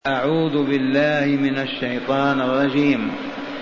أعوذ بالله من الشيطان الرجيم.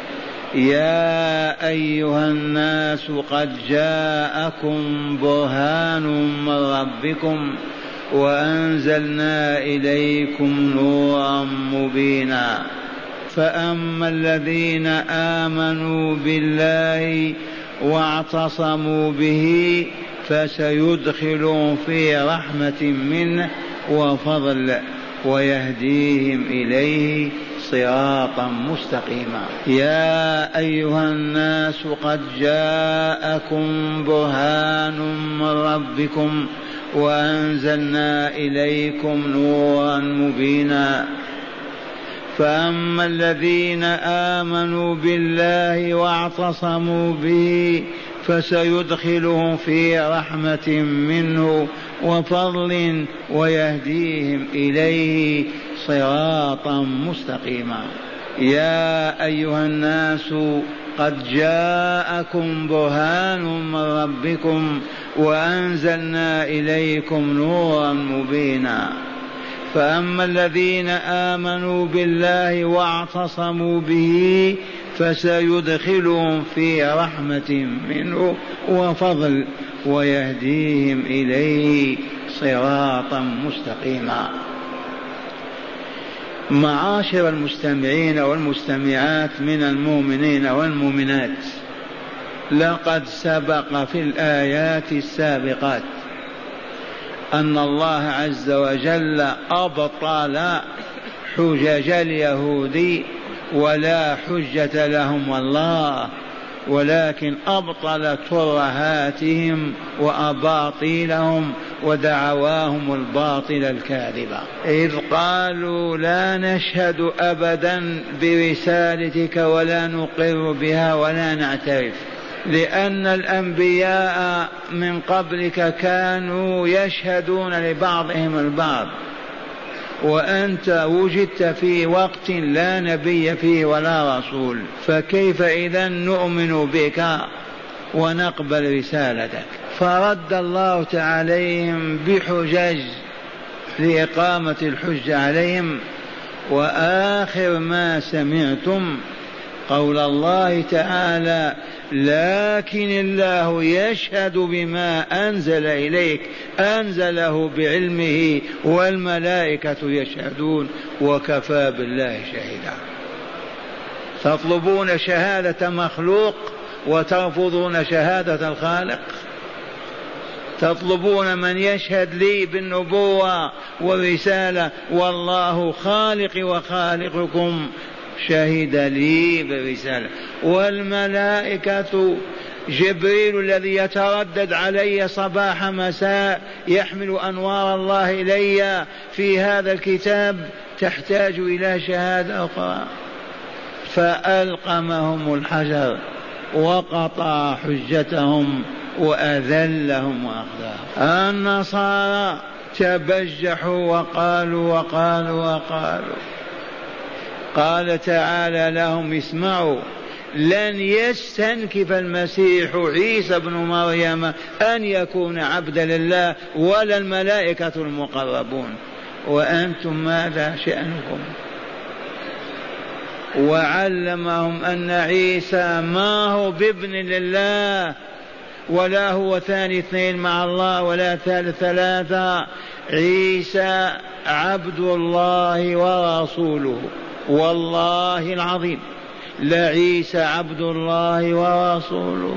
يا أيها الناس قد جاءكم برهان من ربكم وأنزلنا إليكم نورا مبينا فأما الذين آمنوا بالله واعتصموا به فسيدخلهم في رحمة منه وفضل ويهديهم إليه صراطا مستقيما. يا أيها الناس قد جاءكم برهان من ربكم وأنزلنا إليكم نورا مبينا فأما الذين آمنوا بالله واعتصموا به فسيدخلهم في رحمة منه وفضل ويهديهم إليه صراطا مستقيما. يا أيها الناس قد جاءكم برهان من ربكم وأنزلنا إليكم نورا مبينا فأما الذين آمنوا بالله واعتصموا به فسيدخلهم في رحمة منه وفضل ويهديهم إليه صراطا مستقيما. معاشر المستمعين والمستمعات من المؤمنين والمؤمنات، لقد سبق في الآيات السابقات أن الله عز وجل أبطل حجج اليهود ولا حجة لهم والله، ولكن أبطل ترهاتهم وأباطيلهم ودعواهم الباطلة الكاذبة، إذ قالوا لا نشهد أبدا برسالتك ولا نقر بها ولا نعترف، لأن الأنبياء من قبلك كانوا يشهدون لبعضهم البعض، وأنت وجدت في وقت لا نبي فيه ولا رسول، فكيف إذا نؤمن بك ونقبل رسالتك؟ فرد الله تعالى عليهم بحجج لإقامة الحج عليهم. وآخر ما سمعتم قول الله تعالى لكن الله يشهد بما أنزل إليك أنزله بعلمه والملائكة يشهدون وكفى بالله شهيدا. تطلبون شهادة مخلوق وترفضون شهادة الخالق، تطلبون من يشهد لي بالنبوة والرسالة، والله خالقي وخالقكم شهد لي بالرسالة، والملائكة جبريل الذي يتردد علي صباح مساء يحمل أنوار الله إلي في هذا الكتاب تحتاج إلى شهادة أخرى. فألقمهم الحجر وقطع حجتهم وأذلهم وأخذاهم. النصارى تبجحوا وقالوا. قال تعالى لهم اسمعوا لن يستنكف المسيح عيسى بن مريم أن يكون عبدا لله ولا الملائكة المقربون، وأنتم ماذا شأنكم؟ وعلمهم أن عيسى ما هو بابن لله ولا هو ثاني اثنين مع الله ولا ثالث ثلاثة، عيسى عبد الله ورسوله، والله العظيم لعيسى عبد الله ورسوله،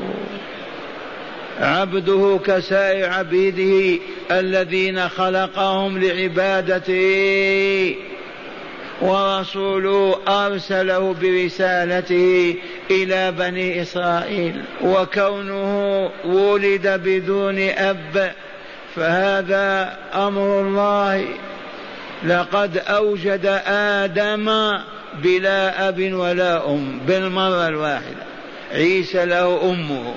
عبده كسائر عبيده الذين خلقهم لعبادته، ورسوله أرسله برسالته إلى بني إسرائيل. وكونه ولد بدون أب فهذا أمر الله، لقد أوجد آدم بلا أب ولا أم بالمرة الواحدة، عيسى له أمه،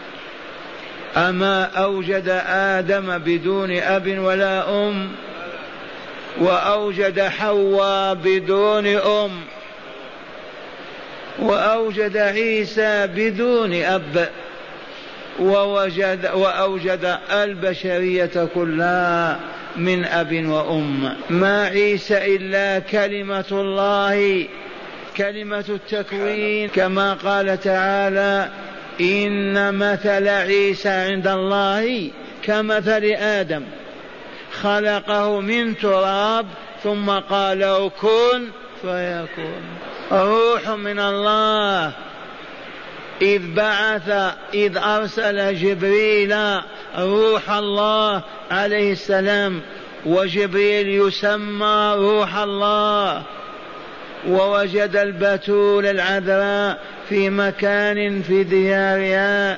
أما أوجد آدم بدون أب ولا أم، وأوجد حواء بدون أم، وأوجد عيسى بدون أب، وأوجد البشرية كلها من أب وأم. ما عيسى إلا كلمة الله، كلمة التكوين، كما قال تعالى إن مثل عيسى عند الله كمثل آدم خلقه من تراب ثم قال له كن فيكون. روح من الله. إذ أرسل جبريل روح الله عليه السلام، وجبريل يسمى روح الله، ووجد البتول العذراء في مكان في ديارها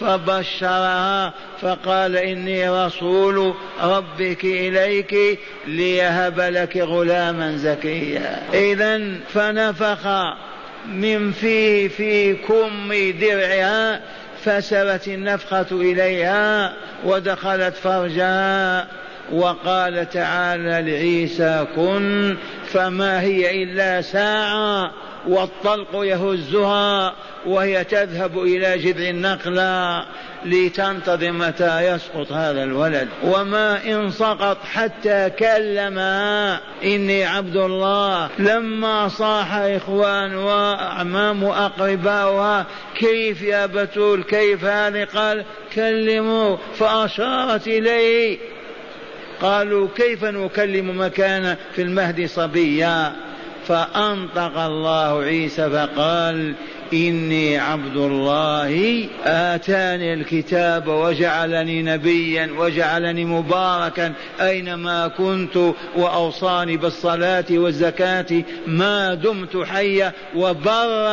فبشرها فقال إني رسول ربك إليك ليهب لك غلاما زكيا. إذن فنفخ من فيه في كم درعها فسرت النفخة إليها ودخلت فرجها. وقال تعالى لعيسى كن، فما هي إلا ساعة والطلق يهزها وهي تذهب إلى جذع النخلة لتنتظر متى يسقط هذا الولد. وما إن سقط حتى كلمها إني عبد الله. لما صاح إخوان وأعمام وأقرباؤها كيف يا بتول كيف هذه، قال كلموا، فأشارت إليه. قالوا كيف نكلم مكان في المهد صبيا؟ فأنطق الله عيسى فقال إني عبد الله آتاني الكتاب وجعلني نبيا وجعلني مباركا أينما كنت وأوصاني بالصلاة والزكاة ما دمت حيا وبرا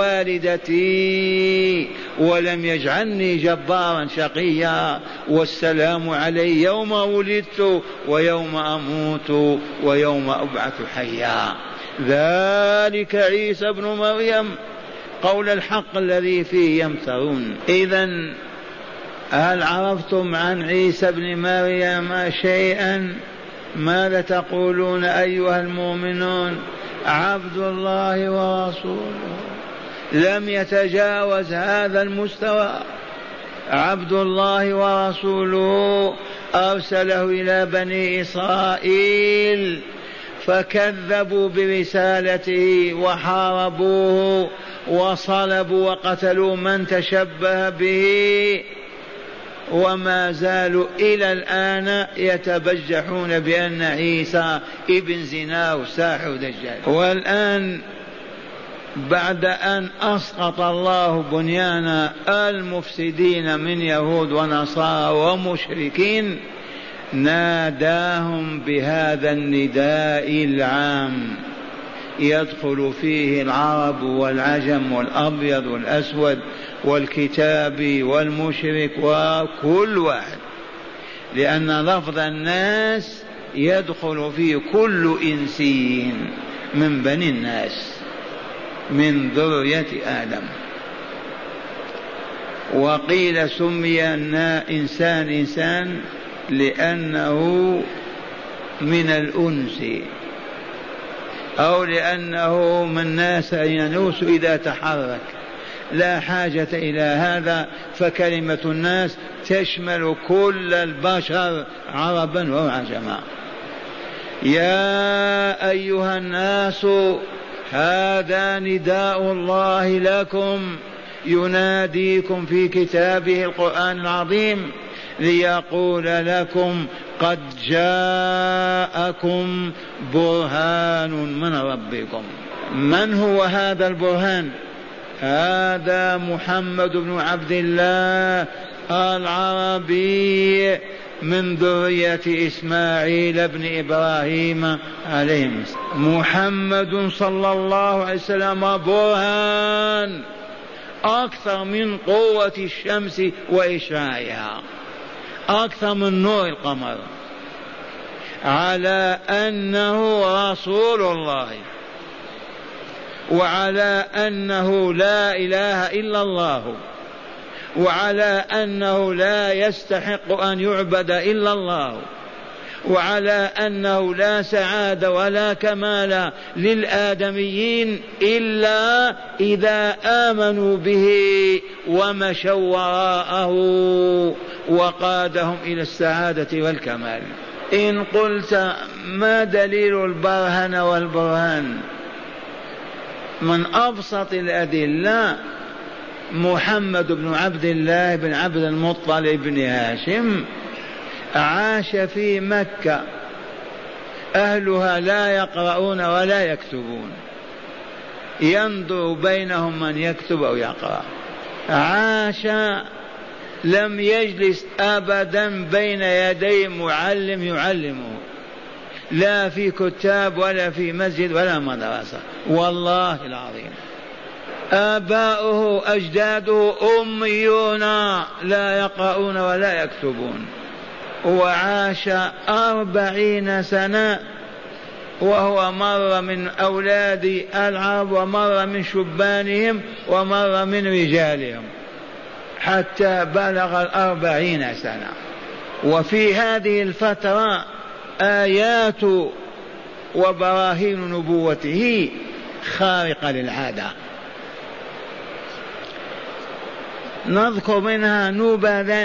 بوالدتي ولم يجعلني جبارا شقيا والسلام علي يوم ولدت ويوم أموت ويوم أبعث حيا. ذلك عيسى ابن مريم قول الحق الذي فيه يمترون. إذن هل عرفتم عن عيسى بن مريم شيئا؟ ماذا تقولون أيها المؤمنون؟ عبد الله ورسوله، لم يتجاوز هذا المستوى. عبد الله ورسوله أرسله إلى بني إسرائيل فكذبوا برسالته وحاربوه وصلبوا وقتلوا من تشبه به، وما زالوا إلى الآن يتبجحون بأن عيسى ابن زنا وساحر دجال. والآن بعد أن أسقط الله بنيان المفسدين من يهود ونصارى ومشركين ناداهم بهذا النداء العام يدخل فيه العرب والعجم والأبيض والأسود والكتابي والمشرك وكل واحد، لأن لفظ الناس يدخل فيه كل إنسي من بني الناس من ذرية آدم. وقيل سمي إنسان لأنه من الأنس أو لأنه من ناس ينوس إذا تحرك، لا حاجة إلى هذا، فكلمة الناس تشمل كل البشر عربا وعجما. يا أيها الناس هذا نداء الله لكم يناديكم في كتابه القرآن العظيم ليقول لكم قد جاءكم برهان من ربكم. من هو هذا البرهان؟ هذا محمد بن عبد الله العربي من ذرية إسماعيل بن إبراهيم عليهم السلام. محمد صلى الله عليه وسلم برهان أكثر من قوة الشمس وإشعاعها، أكثر من نور القمر، على أنه رسول الله وعلى أنه لا إله إلا الله وعلى أنه لا يستحق أن يعبد إلا الله وعلى أنه لا سعادة ولا كمال للآدميين إلا إذا آمنوا به ومشوا وراءه وقادهم إلى السعادة والكمال. إن قلت ما دليل البرهن والبرهان؟ من أبسط الأدلة محمد بن عبد الله بن عبد المطلب بن هاشم عاش في مكة، أهلها لا يقرؤون ولا يكتبون، ينظر بينهم من يكتب أو يقرأ. عاش لم يجلس أبدا بين يدي معلم يعلمه، لا في كتاب ولا في مسجد ولا مدرسة، والله العظيم. آباؤه أجداده أميون لا يقرؤون ولا يكتبون، وعاش 40 سنة، وهو مر من أولاد العرب ومر من شبانهم ومر من رجالهم حتى بلغ 40 سنة. وفي هذه الفترة آيات وبراهين نبوته خارقة للعادة. نذكر منها نبذا.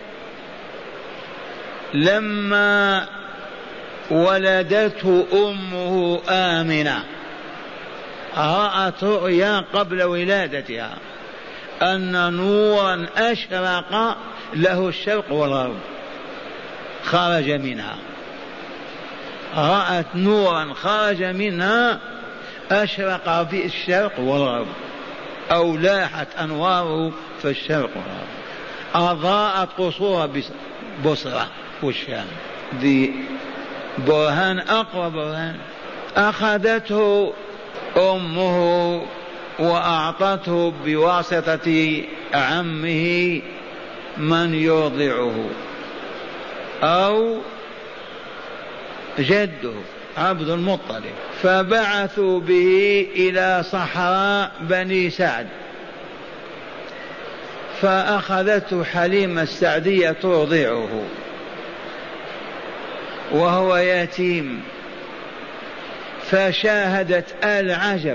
لما ولدته أمه آمنة رأت رؤيا قبل ولادتها أن نورا أشرق له الشرق والغرب خرج منها، رأت نورا خرج منها أشرق في الشرق والغرب، أو لاحت أنواره في الشرق والغرب، أضاءت قصور بصرة والشام. ذي برهان أقوى برهان. أخذته أمه وأعطته بواسطة عمه من يرضعه أو جده عبد المطلب، فبعثوا به إلى صحراء بني سعد، فأخذته حليمة السعدية ترضعه وهو يتيم، فشاهدت العجب.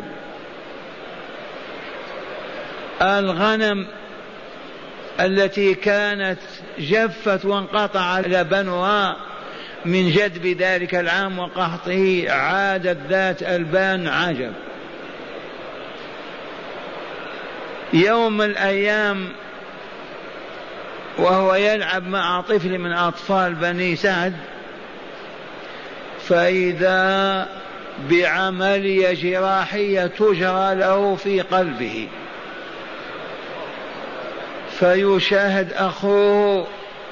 الغنم التي كانت جفت وانقطع لبنها من جدب ذلك العام وقحطه عادت ذات ألبان عجب. يوم من الأيام وهو يلعب مع طفل من أطفال بني سعد، فإذا بعملية جراحية تجرى له في قلبه، فيشاهد أخوه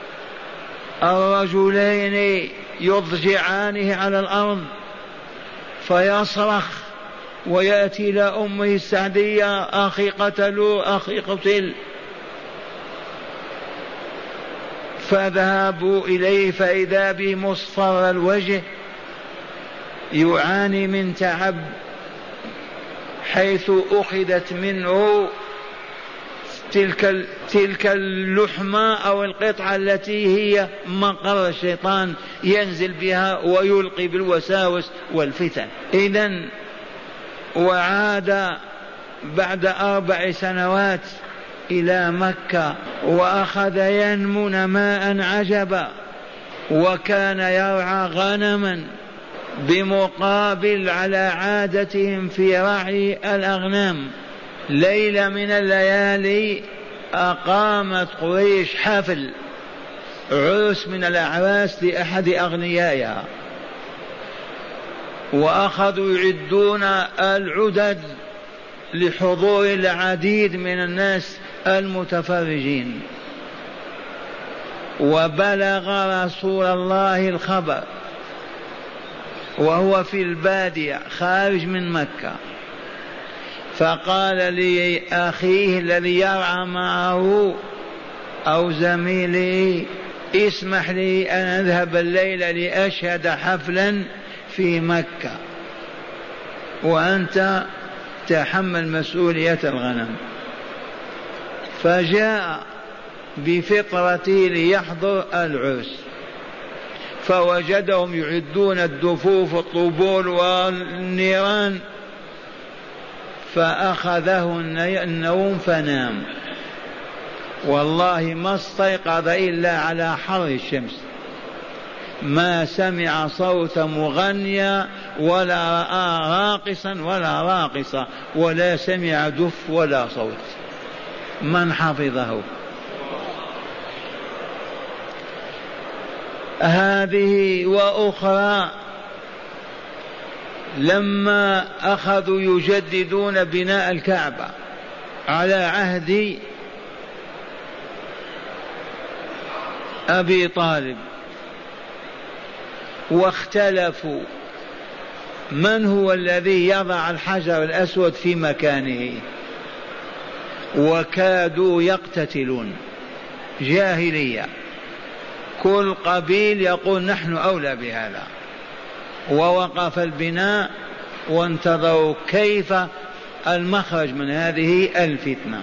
الرجلين يضجعانه على الأرض، فيصرخ ويأتي إلى أمه السعدية: أخي قتلوا، أخي قتل. فذهبوا إليه فإذا به مصفر الوجه يعاني من تعب، حيث أخذت منه تلك اللحمة أو القطعة التي هي مقر الشيطان ينزل بها ويلقي بالوساوس والفتن. إذن وعاد بعد 4 سنوات إلى مكة وأخذ ينمو نماء عجبا، وكان يرعى غنما بمقابل على عادتهم في رعي الأغنام. ليلة من الليالي أقامت قريش حفل عرس من الأعراس لأحد أغنيائها، وأخذوا يعدون العدد لحضور العديد من الناس المتفرجين. وبلغ رسول الله الخبر وهو في البادية خارج من مكة، فقال لأخيه الذي يرعى معه أو زميلي: اسمح لي أن أذهب الليلة لأشهد حفلا في مكة، وأنت تحمل مسؤولية الغنم. فجاء بفطرته ليحضر العرس، فوجدهم يعدون الدفوف والطبول والنيران، فأخذه النوم فنام. والله ما استيقظ إلا على حر الشمس، ما سمع صوت مغنيا ولا رأى راقصا ولا راقصة ولا سمع دف ولا صوت. من حفظه؟ هذه وأخرى لما أخذوا يجددون بناء الكعبة على عهد أبي طالب، واختلفوا من هو الذي يضع الحجر الأسود في مكانه، وكادوا يقتتلون. جاهلية، كل قبيل يقول نحن أولى بهذا. ووقف البناء وانتظروا كيف المخرج من هذه الفتنة.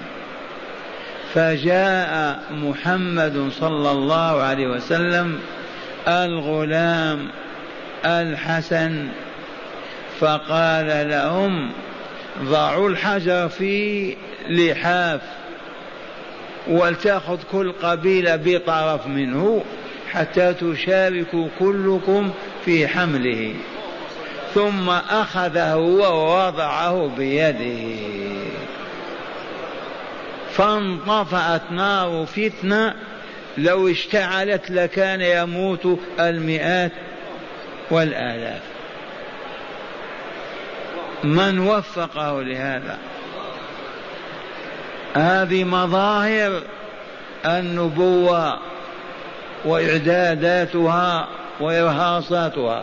فجاء محمد صلى الله عليه وسلم الغلام الحسن فقال لهم ضعوا الحجر في لحاف ولتأخذ كل قبيلة بطرف منه حتى تشاركوا كلكم في حمله. ثم أخذه ووضعه بيده فانطفأت نار فتنة لو اشتعلت لكان يموت المئات والآلاف. من وفقه لهذا؟ هذه مظاهر النبوة وإعداداتها وإرهاصاتها.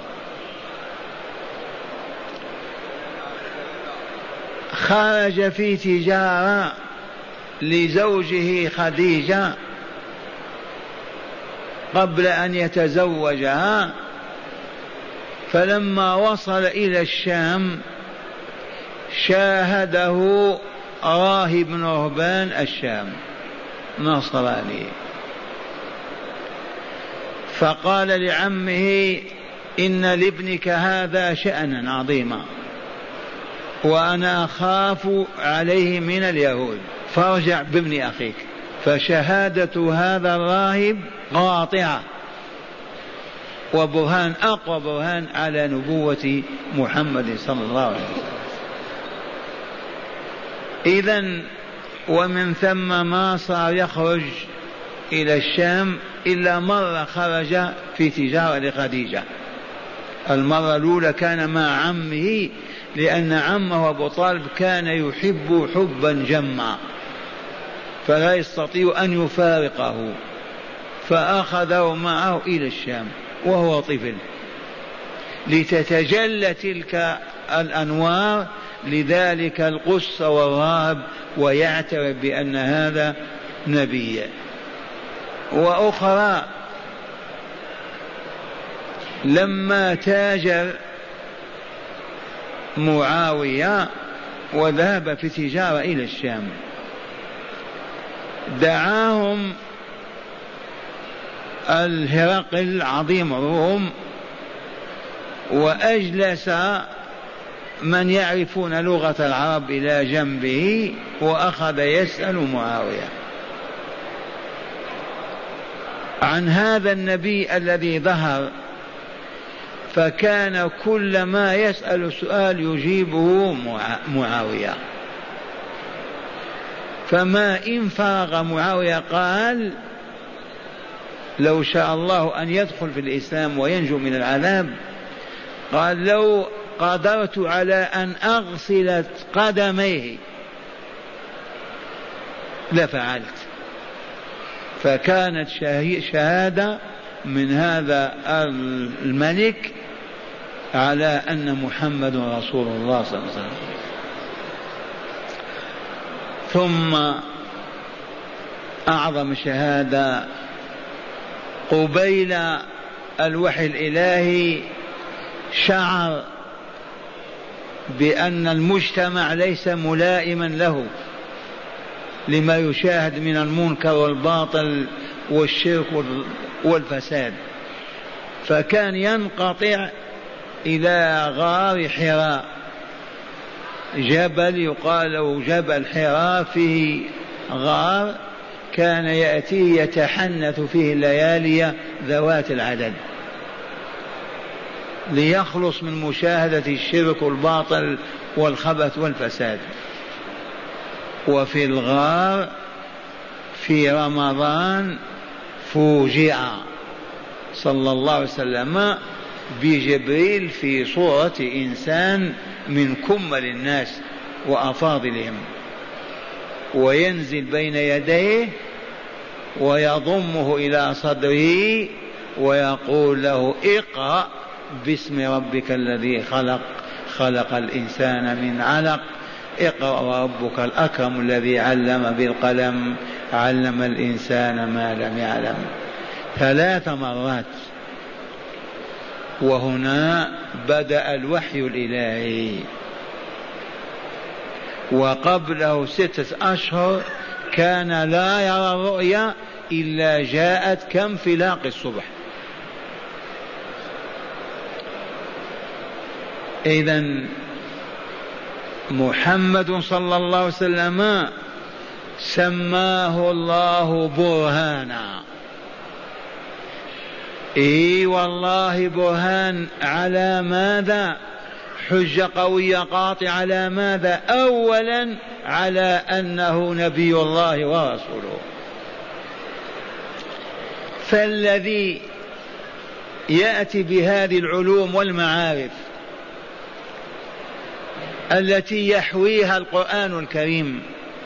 خرج في تجارة لزوجه خديجة قبل أن يتزوجها، فلما وصل إلى الشام شاهده راهب من رهبان الشام نصراني، فقال لعمه إن لابنك هذا شأنا عظيما وأنا أخاف عليه من اليهود فارجع بابن أخيك. فشهادة هذا الراهب قاطعة وبرهان أقوى برهان على نبوة محمد صلى الله عليه وسلم. إذن ومن ثم ما صار يخرج إلى الشام إلا مرة خرج في تجارة لخديجة. المرة الأولى كان مع عمه لأن عمه أبو طالب كان يحب حبا جما فلا يستطيع أن يفارقه، فأخذه معه إلى الشام وهو طفل لتتجلى تلك الأنوار لذلك القس والراهب ويعترف بأن هذا نبي. وأخرى لما تاجر معاوية وذهب في تجارة إلى الشام دعاهم الهرقل عظيم الروم وأجلس من يعرفون لغة العرب إلى جنبه وأخذ يسأل معاوية عن هذا النبي الذي ظهر، فكان كل ما يسأل سؤال يجيبه معاوية. فما إن فرغ معاوية قال لو شاء الله أن يدخل في الإسلام وينجو من العذاب، قال لو قدرت على أن أغسل قدميه لفعلت. فكانت شهادة من هذا الملك على أن محمد رسول الله صلى الله عليه وسلم. ثم أعظم شهادة قبيل الوحي الإلهي شعر بأن المجتمع ليس ملائما له لما يشاهد من المنكر والباطل والشرك والفساد، فكان ينقطع إلى غار حراء، جبل يقال له جبل حراء، فيه غار كان يأتيه يتحنث فيه الليالي ذوات العدد ليخلص من مشاهدة الشرك والباطل والخبث والفساد. وفي الغار في رمضان فوجئ صلى الله عليه وسلم بجبريل في صورة إنسان من كمل الناس وأفاضلهم، وينزل بين يديه ويضمه إلى صدره ويقول له اقرأ باسم ربك الذي خلق، خلق الإنسان من علق، اقرأ وربك الأكرم الذي علم بالقلم، علم الإنسان ما لم يعلم. 3 مرات. وهنا بدأ الوحي الإلهي، وقبله 6 أشهر كان لا يرى الرؤيا إلا جاءت كانفلاق الصبح. إذن محمد صلى الله عليه وسلم سماه الله برهانا. والله برهان على ماذا؟ حجة قوية قاطعة على ماذا؟ أولا على أنه نبي الله ورسوله. فالذي يأتي بهذه العلوم والمعارف التي يحويها القرآن الكريم،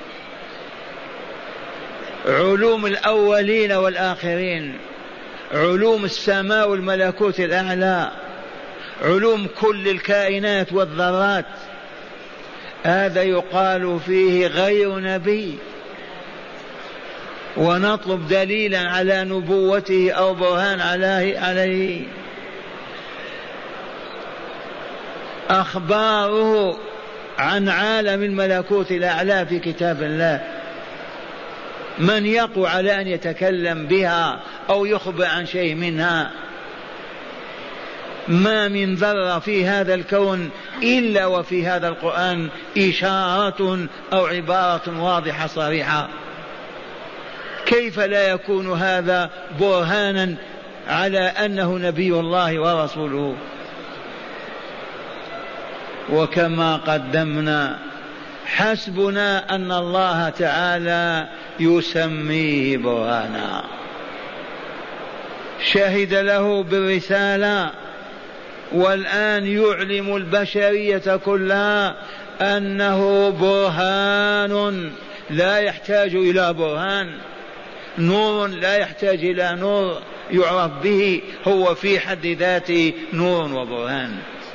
علوم الأولين والآخرين، علوم السماء والملكوت الأعلى، علوم كل الكائنات والذرات، هذا يقال فيه غير نبي، ونطلب دليلا على نبوته أو برهان عليه. أخباره عن عالم الملكوت الأعلى في كتاب الله، من يقوى على أن يتكلم بها أو يخبر عن شيء منها؟ ما من ذرة في هذا الكون إلا وفي هذا القرآن إشارة أو عبارة واضحة صريحة. كيف لا يكون هذا برهانا على أنه نبي الله ورسوله؟ وكما قدمنا حسبنا أن الله تعالى يسميه برهانا، شهد له بالرسالة، والآن يعلم البشرية كلها أنه برهان لا يحتاج إلى برهان، نور لا يحتاج إلى نور يعرف به، هو في حد ذاته نور وبرهان.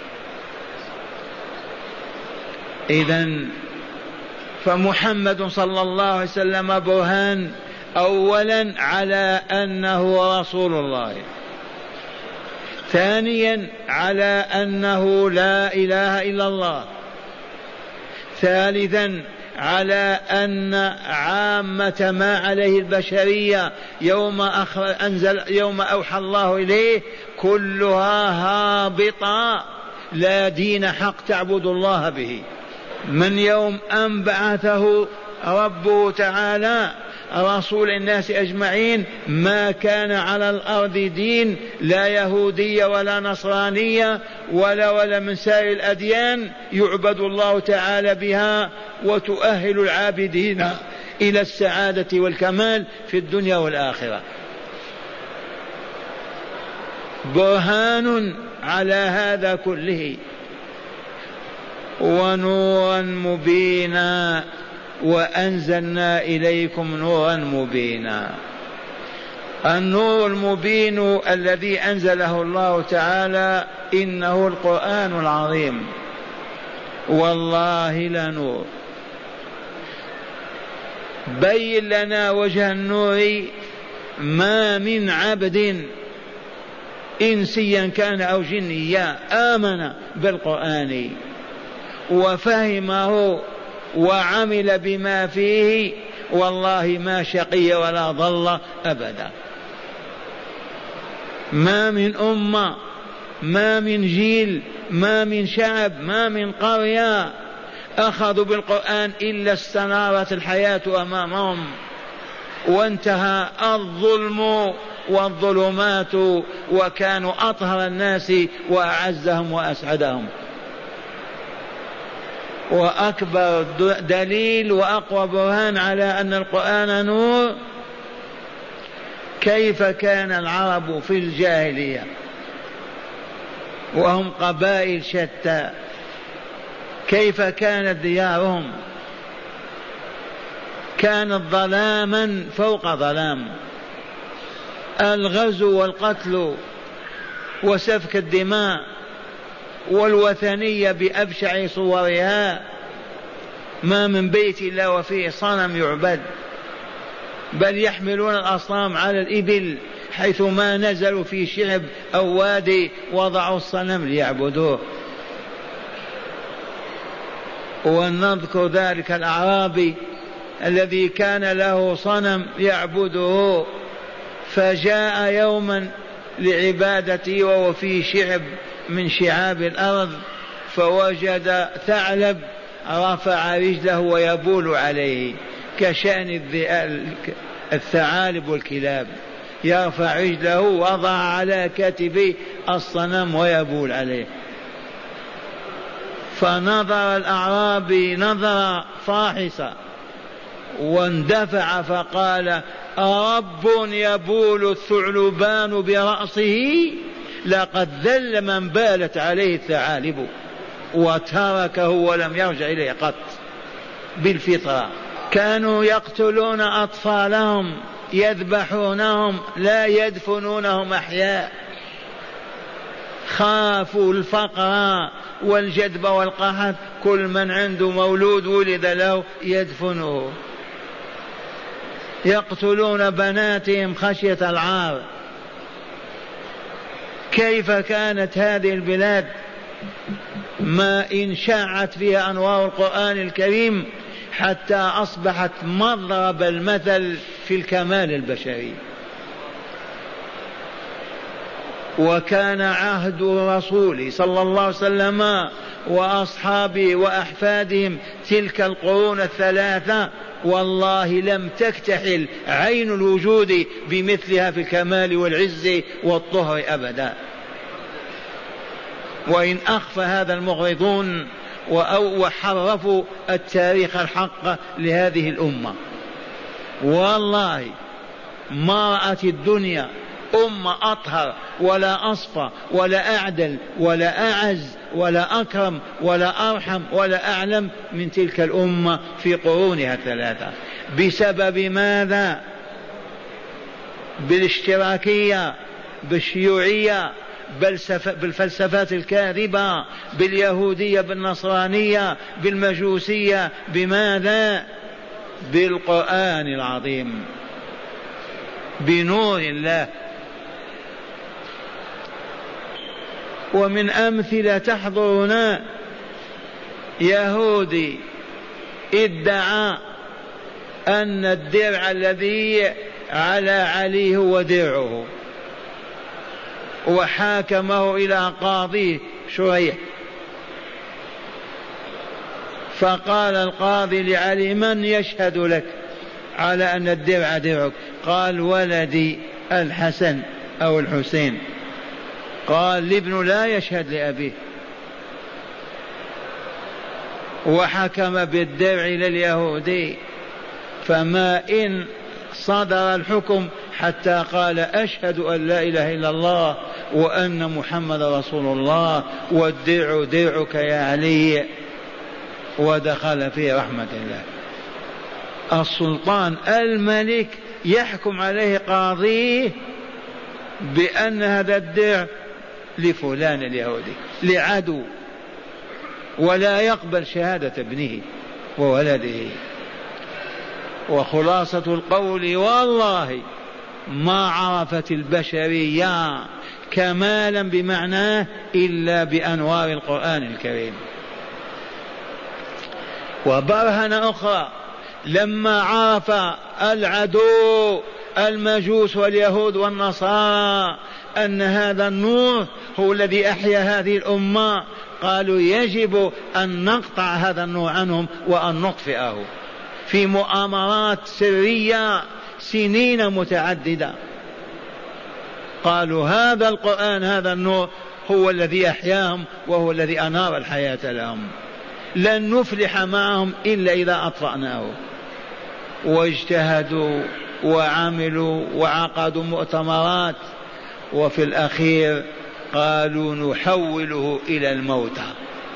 إذن فمحمد صلى الله عليه وسلم برهان أولا على أنه رسول الله، ثانيا على أنه لا إله إلا الله، ثالثا على أن عامة ما عليه البشرية يوم أوحى الله إليه كلها هابطة، لا دين حق تعبد الله به. من يوم أن بعثه ربه تعالى رسول الناس أجمعين ما كان على الأرض دين، لا يهودية ولا نصرانية ولا من سائر الأديان يعبد الله تعالى بها وتؤهل العابدين إلى السعادة والكمال في الدنيا والآخرة. برهان على هذا كله. ونورا مبينا وأنزلنا إليكم نورا مبينا. النور المبين الذي أنزله الله تعالى إنه القرآن العظيم، والله لنور. بين لنا وجه النور. ما من عبد إنسيا كان أو جنيا آمن بالقرآن وفهمه وعمل بما فيه والله ما شقي ولا ضل أبدا. ما من أمة، ما من جيل، ما من شعب، ما من قرية أخذوا بالقرآن إلا استنارت الحياة أمامهم وانتهى الظلم والظلمات، وكانوا أطهر الناس وأعزهم وأسعدهم. وأكبر دليل وأقوى برهان على أن القرآن نور، كيف كان العرب في الجاهلية وهم قبائل شتى، كيف كانت ديارهم؟ كانت ظلاما فوق ظلام، الغزو والقتل وسفك الدماء والوثنية بأبشع صورها، ما من بيت إلا وفيه صنم يعبد، بل يحملون الأصنام على الإبل، حيث ما نزلوا في شعب أو وادي وضعوا الصنم ليعبدوه. ونذكر ذلك الأعرابي الذي كان له صنم يعبده، فجاء يوما لعبادته وهو في شعب من شعاب الأرض، فوجد ثعلب رفع رجله ويبول عليه، كشأن الثعالب والكلاب، يرفع رجله وضع على كتفه الصنم ويبول عليه. فنظر الأعرابي نظرة فاحصة واندفع فقال: أرب يبول الثعلبان برأسه؟ لقد ذل من بالت عليه الثعالب، وتركه ولم يرجع إليه قط بالفطرة. كانوا يقتلون أطفالهم، يذبحونهم، لا يدفنونهم أحياء، خافوا الفقر والجدب والقحط، كل من عنده مولود ولد له يدفنه. يقتلون بناتهم خشية العار. كيف كانت هذه البلاد؟ ما إن شاعت فيها أنوار القرآن الكريم حتى أصبحت مضرب المثل في الكمال البشري. وكان عهد الرسول صلى الله عليه وسلم وأصحابه وأحفادهم تلك القرون الثلاثة، والله لم تكتحل عين الوجود بمثلها في الكمال والعز والطهر أبدا. وإن أخفى هذا المغرضون وحرفوا التاريخ الحق لهذه الأمة، والله ما رأت الدنيا أمة أطهر ولا أصفى ولا أعدل ولا أعز ولا أكرم ولا أرحم ولا أعلم من تلك الأمة في قرونها الثلاثة. بسبب ماذا؟ بالاشتراكية، بالشيوعية، بالفلسفات الكاذبة، باليهودية، بالنصرانية، بالمجوسية. بماذا؟ بالقرآن العظيم، بنور الله. ومن أمثلة تحضرنا يهودي ادعى أن الدرع الذي على علي هو درعه، وحاكمه إلى قاضي شريح، فقال القاضي لعلي: من يشهد لك على أن الدرع درعك؟ قال: ولدي الحسن أو الحسين. قال: الابن لا يشهد لأبيه. وحكم بالدرع لليهودي، فما إن صدر الحكم حتى قال: أشهد أن لا إله إلا الله وأن محمد رسول الله، والدرع درعك يا علي، ودخل في رحمة الله. السلطان الملك يحكم عليه قاضيه بأن هذا الدرع لفلان اليهودي، لعدو، ولا يقبل شهادة ابنه وولده. وخلاصة القول: والله ما عرفت البشرية كمالا بمعناه إلا بأنوار القرآن الكريم. وبرهنة أخرى: لما عرف العدو المجوس واليهود والنصارى أن هذا النور هو الذي أحيا هذه الأمة، قالوا: يجب أن نقطع هذا النور عنهم وأن نطفئه، في مؤامرات سرية سنين متعددة. قالوا هذا القرآن هذا النور هو الذي أحياهم وهو الذي أنار الحياة لهم. لن نفلح معهم إلا إذا أطفأناه. واجتهدوا وعملوا وعقدوا مؤتمرات، وفي الأخير قالوا نحوله إلى الموتى،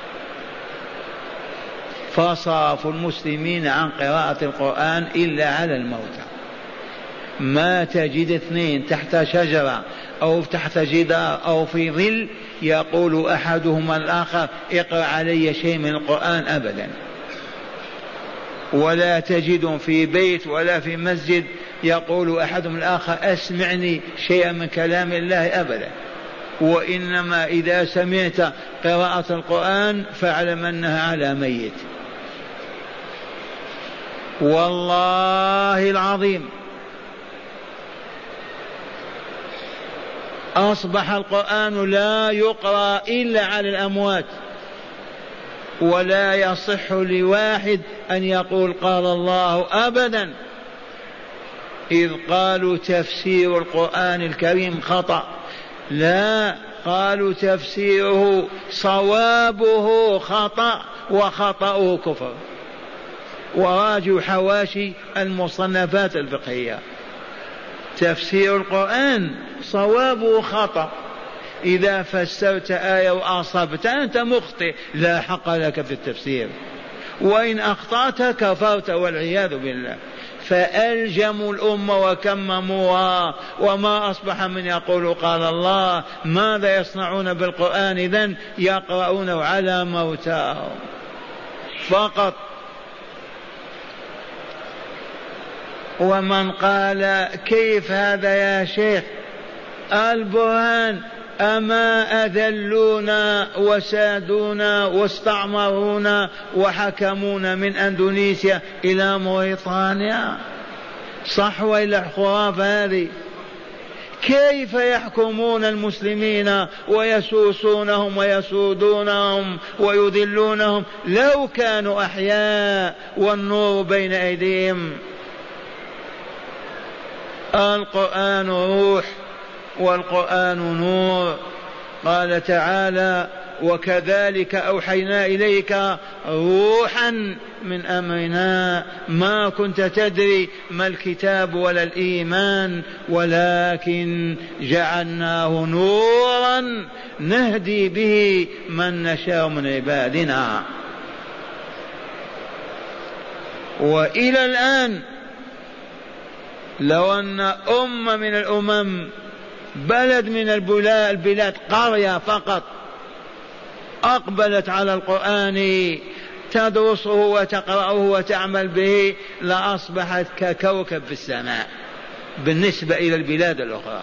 فصرفوا المسلمين عن قراءة القرآن إلا على الموتى. ما تجد اثنين تحت شجرة أو تحت جدار أو في ظل يقول أحدهما الآخر اقرأ علي شيء من القرآن أبدا، ولا تجد في بيت ولا في مسجد يقول أحدهم الآخر أسمعني شيئا من كلام الله أبدا. وإنما إذا سمعت قراءة القرآن فاعلم أنها على ميت. والله العظيم أصبح القرآن لا يقرأ إلا على الأموات، ولا يصح لواحد أن يقول قال الله أبدا، إذ قالوا تفسير القرآن الكريم خطأ. لا، قالوا تفسيره صوابه خطأ وخطأه كفر. وراجوا حواشي المصنفات الفقهية، تفسير القرآن صوابه خطأ. إذا فسرت آية وأصبت أنت مخطئ، لا حق لك في التفسير، وإن أخطأت كفرت والعياذ بالله. فألجموا الأمة وكمموها، وما أصبح من يقول قال الله. ماذا يصنعون بالقرآن إذن؟ يقرؤونه على موتاهم فقط. ومن قال كيف هذا يا شيخ؟ البرهان: أما أذلونا وسادونا واستعمرونا وحكمونا من أندونيسيا إلى موريطانيا، صح وإلا خرافة هذه؟ كيف يحكمون المسلمين ويسوسونهم ويسودونهم ويذلونهم لو كانوا أحياء والنور بين أيديهم؟ القرآن روح والقرآن نور. قال تعالى: وكذلك أوحينا إليك روحا من أمرنا ما كنت تدري ما الكتاب ولا الإيمان ولكن جعلناه نورا نهدي به من نشاء من عبادنا. وإلى الآن لو أن أمة من الأمم، بلد من البلاد، قرية فقط، أقبلت على القرآن تدرسه وتقرأه وتعمل به، لأصبحت ككوكب في السماء بالنسبة إلى البلاد الأخرى.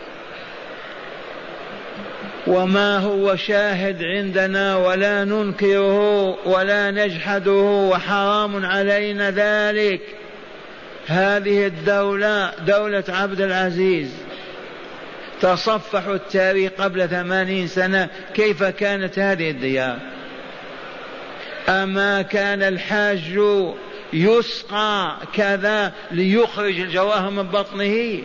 وما هو شاهد عندنا ولا ننكره ولا نجحده، وحرام علينا ذلك. هذه الدولة دولة عبد العزيز، تصفحوا التاريخ قبل 80 سنة كيف كانت هذه الديار. أما كان الحاج يسقى كذا ليخرج الجواهر من بطنه؟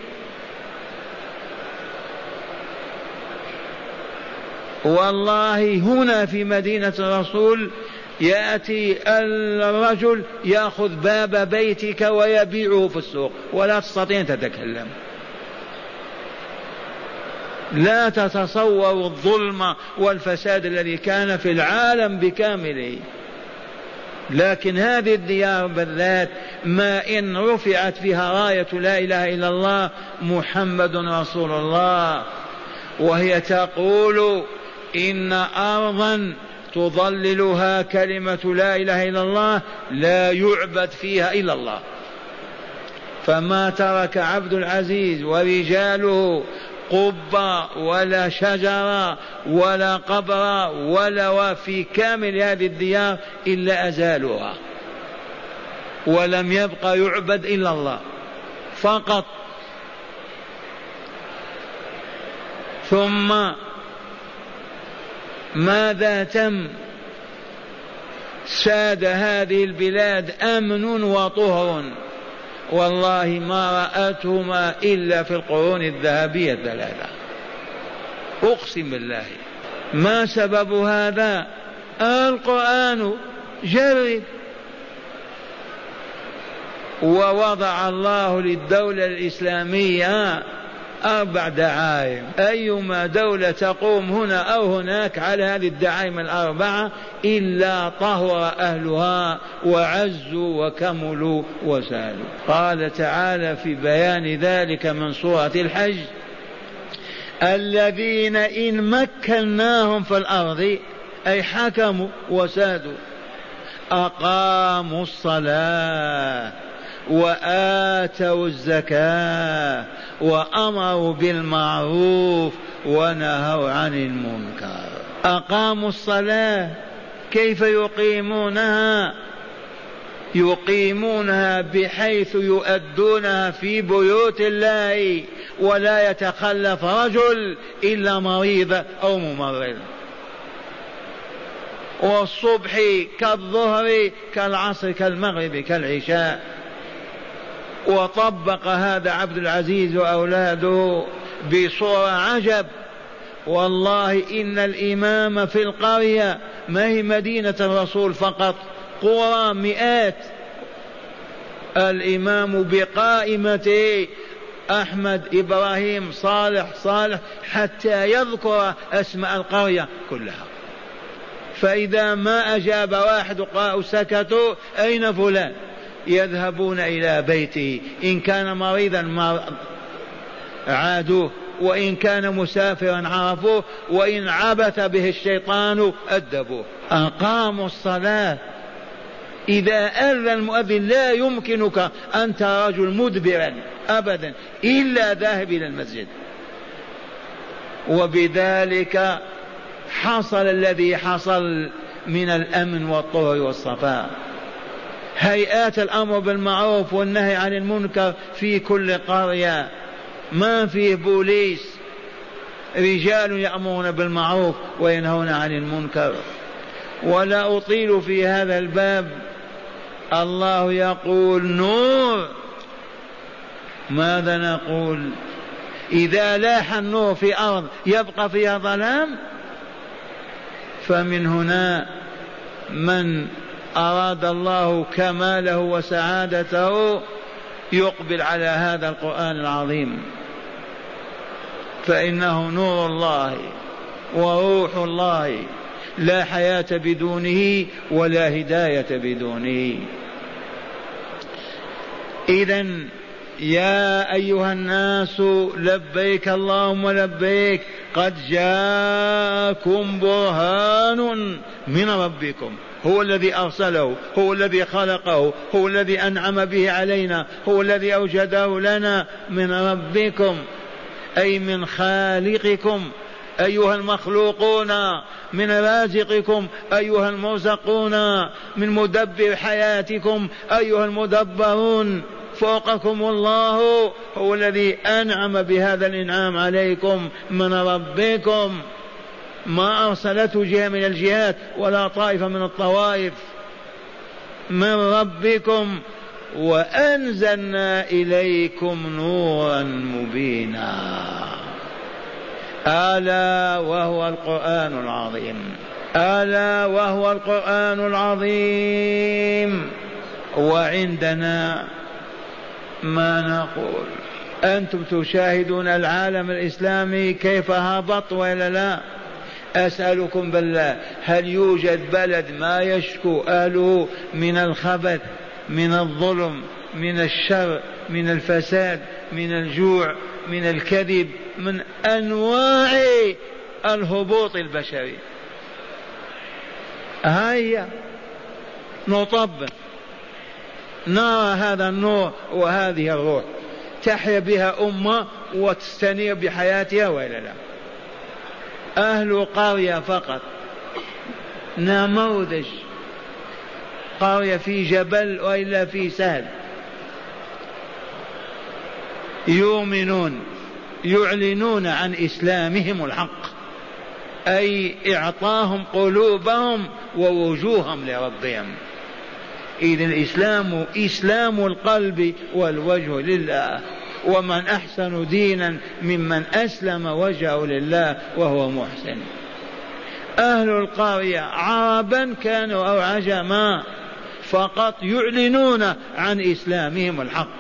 والله هنا في مدينة الرسول يأتي الرجل يأخذ باب بيتك ويبيعه في السوق ولا تستطيع أن تتكلم. لا تتصور الظلم والفساد الذي كان في العالم بكامله. لكن هذه الديار بالذات ما إن رفعت فيها راية لا إله إلا الله محمد رسول الله، وهي تقول إن أرضا تظللها كلمة لا إله إلا الله لا يعبد فيها إلا الله. فما ترك عبد العزيز ورجاله قبة ولا شجرة ولا قبر ولا في كامل هذه الديار إلا أزالوها، ولم يبقى يعبد إلا الله فقط. ثم ماذا تم؟ ساد هذه البلاد أمن وطهر، والله ما رأتهما إلا في القرون الذهبية الثلاثة. أقسم بالله. ما سبب هذا؟ القرآن. جرب. ووضع الله للدولة الإسلامية 4 دعائم، أيما دولة تقوم هنا أو هناك على هذه الدعائم 4 إلا طهر أهلها وعزوا وكملوا وسالوا. قال تعالى في بيان ذلك من سورة الحج: الذين إن مكناهم في الأرض، أي حكموا وسادوا، أقاموا الصلاة وآتوا الزكاة وأمروا بالمعروف ونهوا عن المنكر. أقاموا الصلاة، كيف يقيمونها؟ يقيمونها بحيث يؤدونها في بيوت الله، ولا يتخلف رجل إلا مريض أو ممرض. والصبح كالظهر كالعصر كالمغرب كالعشاء. وطبق هذا عبد العزيز وأولاده بصورة عجب. والله إن الإمام في القرية، ما هي مدينة الرسول فقط، قرى مئات، الإمام بقائمته أحمد إبراهيم صالح حتى يذكر أسماء القرية كلها. فإذا ما أجاب واحد قالوا سكتوا: أين فلان؟ يذهبون إلى بيته، إن كان مريضا عادوه، وإن كان مسافرا عرفوه، وإن عبث به الشيطان أدبوه. أقاموا الصلاة. إذا أذن المؤذن لا يمكنك أن ترى رجل مدبرا أبدا إلا ذاهب إلى المسجد. وبذلك حصل الذي حصل من الأمن والطهر والصفاء. هيئات الأمر بالمعروف والنهي عن المنكر في كل قرية، ما فيه بوليس، رجال يأمرون بالمعروف وينهون عن المنكر. ولا أطيل في هذا الباب. الله يقول نور. ماذا نقول؟ إذا لاح النور في أرض يبقى فيها ظلام؟ فمن هنا من أراد الله كماله وسعادته يقبل على هذا القرآن العظيم، فإنه نور الله وروح الله، لا حياة بدونه ولا هداية بدونه. إذن يا أيها الناس لبيك اللهم لبيك، قد جاءكم برهان من ربكم. هو الذي أرسله، هو الذي خلقه، هو الذي أنعم به علينا، هو الذي أوجده لنا من ربكم، أي من خالقكم أيها المخلوقون، من رازقكم أيها المرزقون، من مدبر حياتكم أيها المدبرون. فوقكم الله هو الذي أنعم بهذا الإنعام عليكم من ربكم، ما أرسلته جهة من الجهات ولا طائفة من الطوائف، من ربكم. وأنزلنا إليكم نورا مبينا. ألا وهو القرآن العظيم، ألا وهو القرآن العظيم. وعندنا ما نقول، أنتم تشاهدون العالم الإسلامي كيف هبط ولا لا؟ أسألكم بالله، هل يوجد بلد ما يشكو أهله من الخبث، من الظلم، من الشر، من الفساد، من الجوع، من الكذب، من أنواع الهبوط البشري؟ هيا نطبق، نرى هذا النور وهذه الروح تحيا بها أمة وتستنير بحياتها وإلا لا؟ أهل قرية فقط، نموذج قرية في جبل وإلا في سهل، يؤمنون يعلنون عن إسلامهم الحق، أي إعطاهم قلوبهم ووجوههم لربهم. إذن الإسلام إسلام القلب والوجه لله، ومن أحسن دينا ممن أسلم وجهه لله وهو محسن. أهل القرية عربا كانوا أو عجما فقط يعلنون عن إسلامهم الحق،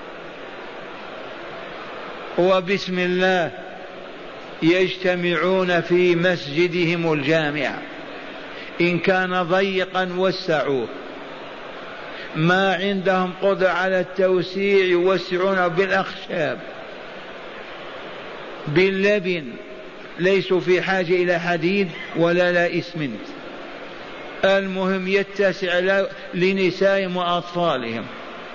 وبسم الله يجتمعون في مسجدهم الجامع، إن كان ضيقا وسعوه، ما عندهم قدرة على التوسيع يوسعون بالأخشاب باللبن، ليسوا في حاجة إلى حديد ولا لا إسمنت، المهم يتسع لنسائهم وأطفالهم.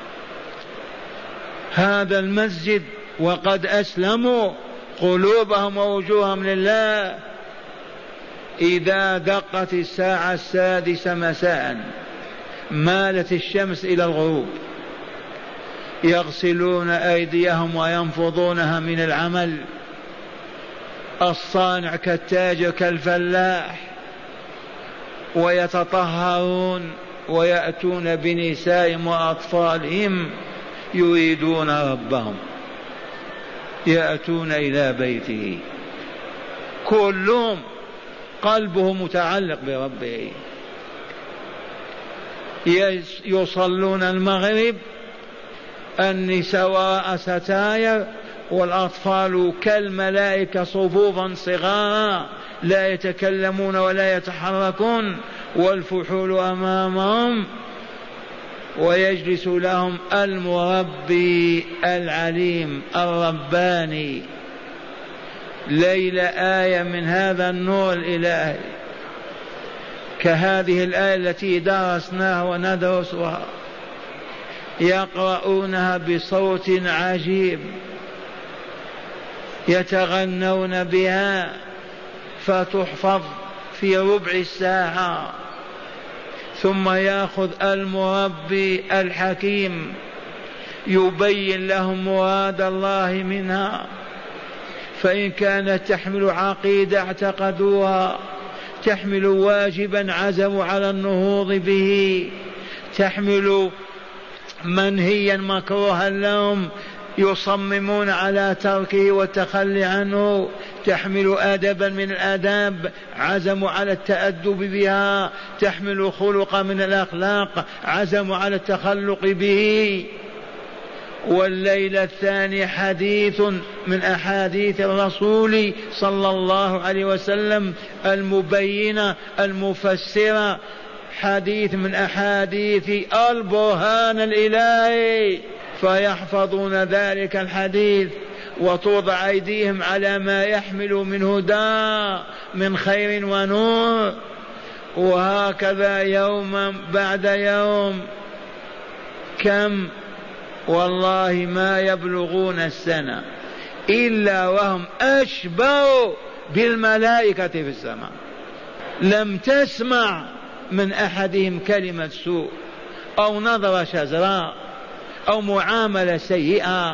هذا المسجد وقد أسلموا قلوبهم ووجوههم لله. إذا دقت الساعة 6 مساء مالت الشمس إلى الغروب، يغسلون أيديهم وينفضونها من العمل، الصانع كالتاجر كالفلاح، ويتطهرون ويأتون بنسائهم وأطفالهم يريدون ربهم، يأتون إلى بيته، كلهم قلبه متعلق بربه. يصلون المغرب النساء وراء ستاير والأطفال كالملائكة صفوفا صغارا لا يتكلمون ولا يتحركون، والفحول أمامهم، ويجلس لهم المربي العليم الرباني. ليلة آية من هذا النور الإلهي كهذه الآية التي درسناها وندرسها، يقرؤونها بصوت عجيب، يتغنون بها فتحفظ في ربع الساعة، ثم يأخذ المربي الحكيم يبين لهم مراد الله منها، فإن كانت تحمل عقيدة اعتقدوها، تحمل واجبا عزموا على النهوض به، تحمل منهيا مكروها لهم يصممون على تركه والتخلي عنه، تحمل أدبا من الآداب عزموا على التأدب بها، تحمل خلقا من الأخلاق عزموا على التخلق به. والليلة الثانية حديث من أحاديث الرسول صلى الله عليه وسلم المبينة المفسرة، حديث من أحاديث البرهان الإلهي، فيحفظون ذلك الحديث وتوضع أيديهم على ما يحمل من هدى من خير ونور، وهكذا يوما بعد يوم. كم والله ما يبلغون السنة إلا وهم أشبه بالملائكة في السماء، لم تسمع من أحدهم كلمة سوء أو نظرة شزراء أو معاملة سيئة،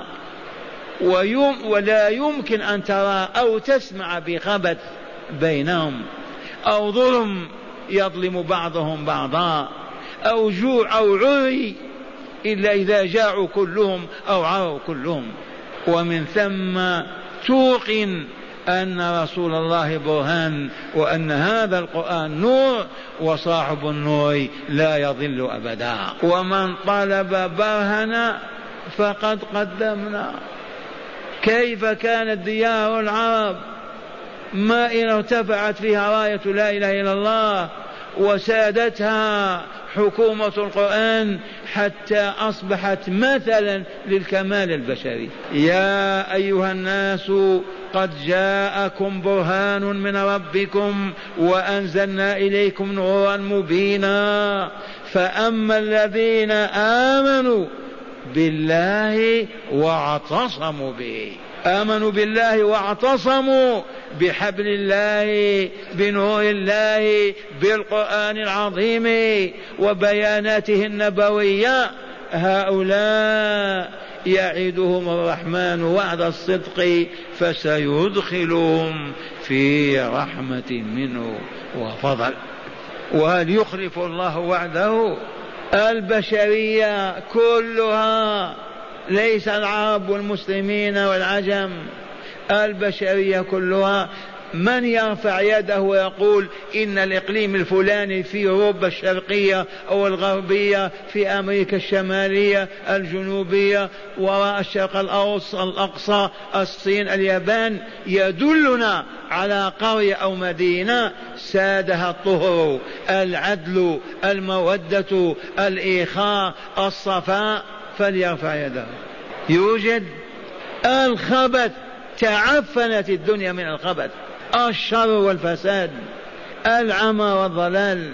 ولا يمكن أن ترى أو تسمع بخبث بينهم أو ظلم يظلم بعضهم بعضا أو جوع أو عري، إلا إذا جاعوا كلهم أو عروا كلهم. ومن ثم توقن أن رسول الله برهان، وأن هذا القرآن نور، وصاحب النور لا يضل أبدا. ومن طلب برهنا فقد قدمنا. كيف كانت ديار العرب ما إن ارتفعت فيها راية لا إله إلا الله وسادتها حكومة القرآن حتى أصبحت مثلا للكمال البشري. يا أيها الناس قد جاءكم برهان من ربكم وأنزلنا إليكم نورا مبينا، فأما الذين آمنوا بالله واعتصموا به، آمنوا بالله واعتصموا بحبل الله بنور الله بالقرآن العظيم وبياناته النبوية، هؤلاء يعدهم الرحمن وعد الصدق فسيدخلهم في رحمة منه وفضل. وهل يخلف الله وعده؟ البشرية كلها ليس العرب والمسلمين والعجم، البشرية كلها. من يرفع يده ويقول إن الإقليم الفلاني في أوروبا الشرقية أو الغربية، في أمريكا الشمالية الجنوبية، وراء الشرق الأقصى، الصين، اليابان، يدلنا على قرية أو مدينة سادها الطهر، العدل، المودة، الإخاء، الصفاء، فليرفع يده. يوجد الخبث، تعفنت الدنيا من الخبث، الشر والفساد، العمى والضلال.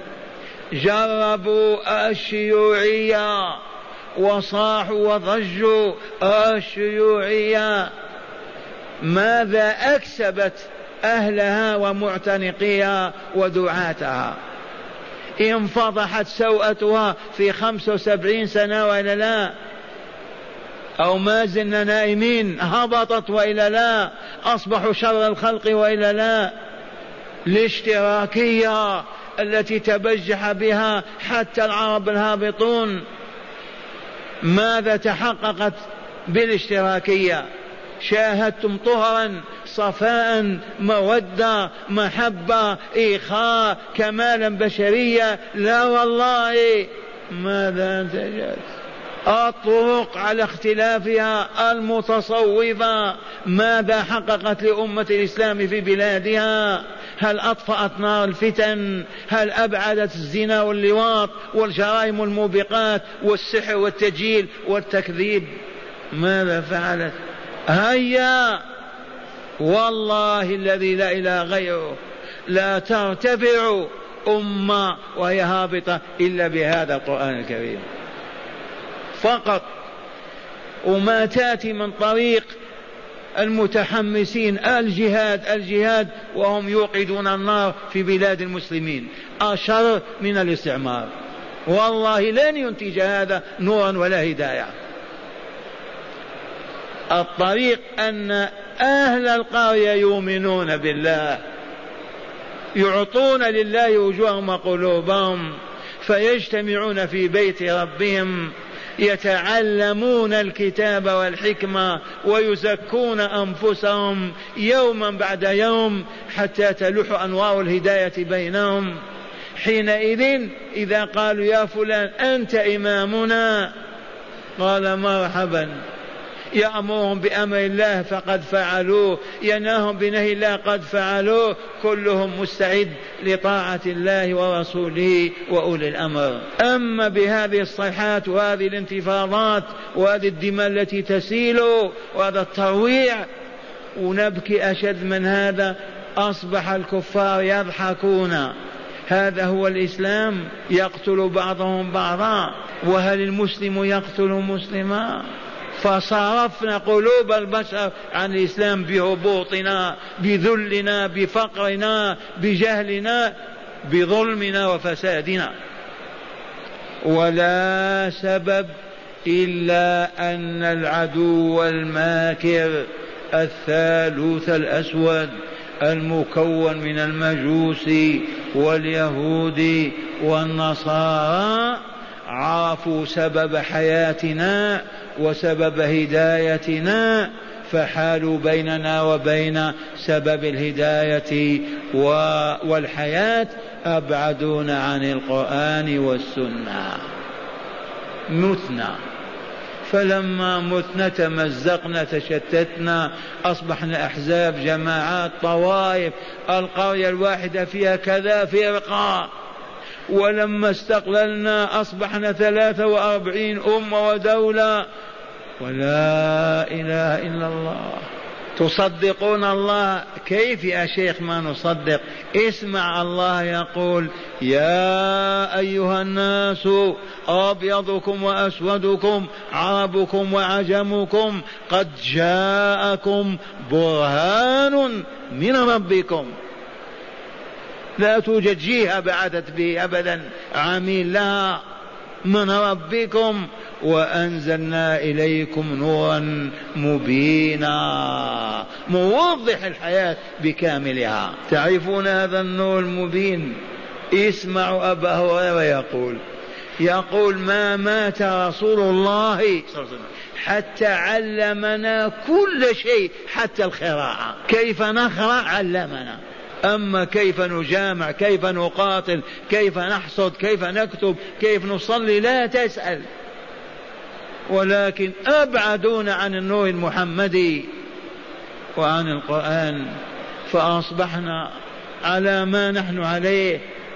جربوا الشيوعية وصاحوا وضجوا الشيوعية، ماذا أكسبت أهلها ومعتنقيها ودعاتها؟ انفضحت سوءتها في 75 سنة وإلا لا؟ أو ما زلنا نائمين؟ هبطت وإلا لا؟ أصبحوا شر الخلق وإلا لا؟ الاشتراكية التي تبجح بها حتى العرب الهابطون، ماذا تحققت بالاشتراكية؟ شاهدتم طهرا، صفاء، مودة، محبة، إخاء، كمالا بشرية؟ لا والله. ماذا انتجت؟ الطرق على اختلافها، المتصوفة، ماذا حققت لأمة الإسلام في بلادها؟ هل أطفأت نار الفتن؟ هل أبعدت الزنا واللواط والجرائم الموبقات والسحر والتجيل والتكذيب؟ ماذا فعلت؟ هيا والله الذي لا إله غيره لا ترتفع أمة وهي هابطة إلا بهذا القرآن الكريم فقط، وما تأتي من طريق المتحمسين الجهاد وهم يوقدون النار في بلاد المسلمين، أشر من الاستعمار. والله لن ينتج هذا نورا ولا هداية. الطريق أن أهل القرية يؤمنون بالله، يعطون لله وجوههم وقلوبهم، فيجتمعون في بيت ربهم، يتعلمون الكتاب والحكمة ويزكون أنفسهم يوما بعد يوم حتى تلوح أنوار الهداية بينهم. حينئذ إذا قالوا يا فلان أنت إمامنا، قال مرحبا. يأمرهم بأمر الله فقد فعلوه، ينههم بنهي الله قد فعلوه، كلهم مستعد لطاعة الله ورسوله وأولي الأمر. أما بهذه الصيحات وهذه الانتفاضات وهذه الدماء التي تسيل وهذا الترويع، ونبكي أشد من هذا، أصبح الكفار يضحكون. هذا هو الإسلام، يقتل بعضهم بعضا، وهل المسلم يقتل مسلما؟ فصرفنا قلوب البشر عن الإسلام بهبوطنا، بذلنا، بفقرنا، بجهلنا، بظلمنا وفسادنا. ولا سبب إلا أن العدو الماكر الثالوث الأسود المكون من المجوس واليهود والنصارى عرفوا سبب حياتنا وسبب هدايتنا، فحالوا بيننا وبين سبب الهداية والحياة، أبعدونا عن القرآن والسنة. متنا، فلما متنا تمزقنا، تشتتنا، أصبحنا أحزاب، جماعات، طوائف، القرية الواحدة فيها كذا فرقة، ولما استقللنا أصبحنا 43 أمة ودولة، ولا إله إلا الله. تصدقون الله؟ كيف يا شيخ ما نصدق؟ اسمع الله يقول يا أيها الناس أبيضكم وأسودكم عربكم وعجمكم قد جاءكم برهان من ربكم. لا توجد جهة بعدت به أبدا، عميل لها، من ربكم، وأنزلنا إليكم نورا مبينا، موضح الحياة بكاملها. تعرفون هذا النور المبين؟ اسمعوا أبا هريرة يقول ما مات رسول الله صلى الله عليه وسلم حتى علمنا كل شيء حتى القراءة، كيف نقرأ علمنا. أما كيف نجامع، كيف نقاتل، كيف نحصد، كيف نكتب، كيف نصلي لا تسأل. ولكن أبعدونا عن النور المحمدي وعن القرآن، فأصبحنا على ما نحن عليه.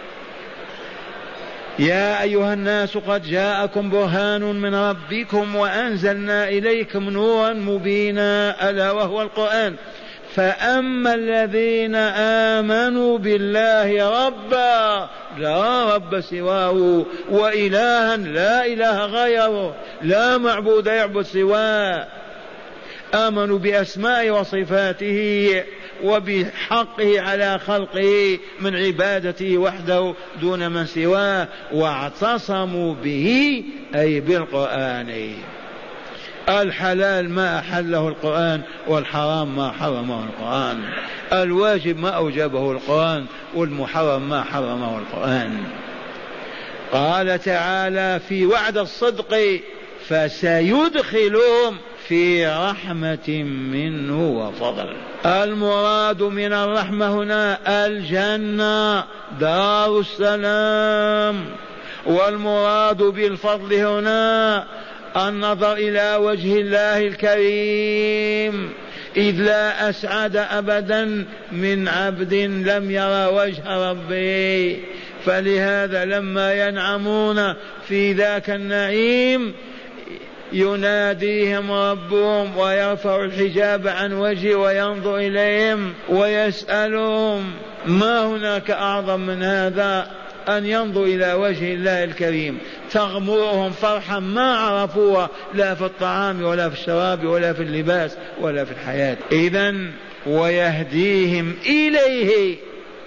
يا أيها الناس قد جاءكم برهان من ربكم وأنزلنا إليكم نورا مبينا ألا وهو القرآن. فأما الذين آمنوا بالله ربا لا رب سواه وإلها لا إله غيره لا معبود يعبد سواه، آمنوا بأسماء وصفاته وبحقه على خلقه من عبادته وحده دون من سواه، واعتصموا به أي بالقرآن. الحلال ما أحله القرآن، والحرام ما حرمه القرآن، الواجب ما أوجبه القرآن، والمحرم ما حرمه القرآن. قال تعالى في وعد الصدق فسيدخلهم في رحمة منه وفضل. المراد من الرحمة هنا الجنة دار السلام، والمراد بالفضل هنا النظر إلى وجه الله الكريم، إذ لا أسعد أبدا من عبد لم يرى وجه ربه. فلهذا لما ينعمون في ذاك النعيم يناديهم ربهم ويرفع الحجاب عن وجهه وينظر إليهم ويسألهم. ما هناك أعظم من هذا أن ينظر إلى وجه الله الكريم، تغمرهم فرحا ما عرفوها لا في الطعام ولا في الشراب ولا في اللباس ولا في الحياة. إذن ويهديهم إليه.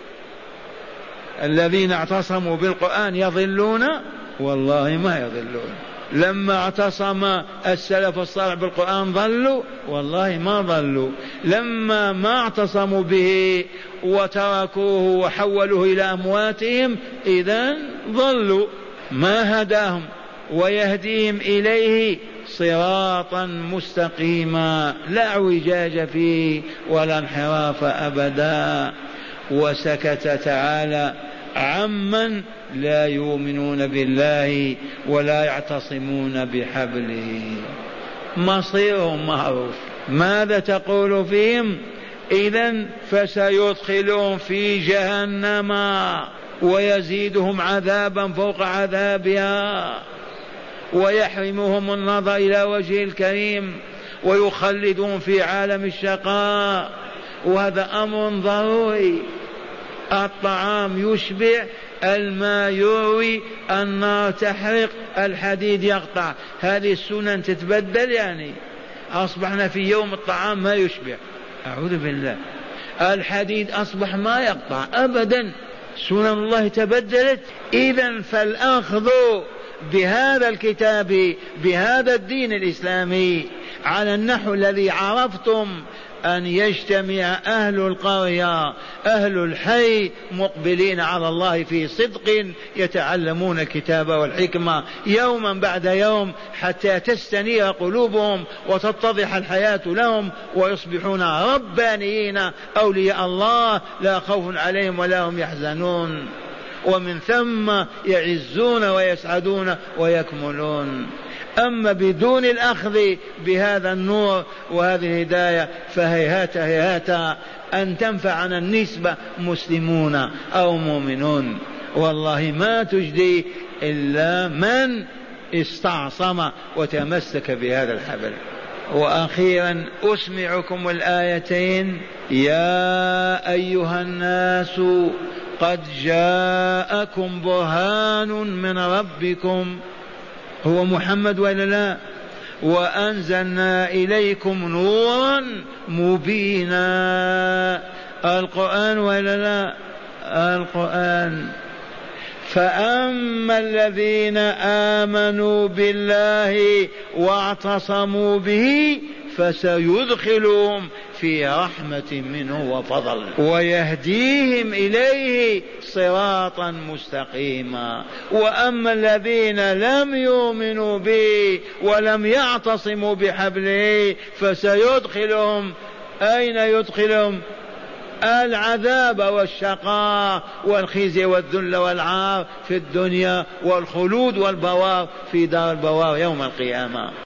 الذين اعتصموا بالقرآن يضلون؟ والله ما يضلون. لما اعتصم السلف الصالح بالقرآن ضلوا؟ والله ما ضلوا. لما ما اعتصموا به وتركوه وحولوه إلى أمواتهم إذن ضلوا، ما هداهم. ويهديهم إليه صراطا مستقيما لا اعوجاج فيه ولا انحراف أبدا. وسكت تعالى عمن لا يؤمنون بالله ولا يعتصمون بحبله، مصيرهم معروف. ماذا تقول فيهم؟ إذن فسيدخلهم في جهنم ويزيدهم عذابا فوق عذابها ويحرمهم النظر إلى وجه الكريم ويخلدون في عالم الشقاء، وهذا أمر ضروري. الطعام يشبع، الماء يروي، النار تحرق، الحديد يقطع، هذه السنن تتبدل. يعني أصبحنا في يوم الطعام ما يشبع، أعوذ بالله. الحديد أصبح ما يقطع أبدا، سنن الله تبدلت. إذن فالأخذ بهذا الكتاب بهذا الدين الإسلامي على النحو الذي عرفتم، أن يجتمع أهل القرية أهل الحي مقبلين على الله في صدق يتعلمون الكتاب والحكمة يوما بعد يوم حتى تستنير قلوبهم وتتضح الحياة لهم ويصبحون ربانيين أولياء الله لا خوف عليهم ولا هم يحزنون، ومن ثم يعزون ويسعدون ويكملون. أما بدون الأخذ بهذا النور وهذه الهداية فهيهات هيهات أن تنفعنا النسبة مسلمون أو مؤمنون. والله ما تجدي إلا من استعصم وتمسك بهذا الحبل. وأخيرا أسمعكم الآيتين: يا أيها الناس قد جاءكم برهان من ربكم، هو محمد ولا لا؟ وأنزلنا إليكم نورا مبينا، القرآن ولا لا؟ القرآن. فأما الذين آمنوا بالله واعتصموا به فسيدخلهم في رحمة منه وفضل، ويهديهم إليه صراطا مستقيما. وأما الذين لم يؤمنوا به ولم يعتصموا بحبله فسيدخلهم، أين يدخلهم؟ العذاب والشقاء والخزي والذل والعار في الدنيا، والخلود والبوار في دار البوار يوم القيامة.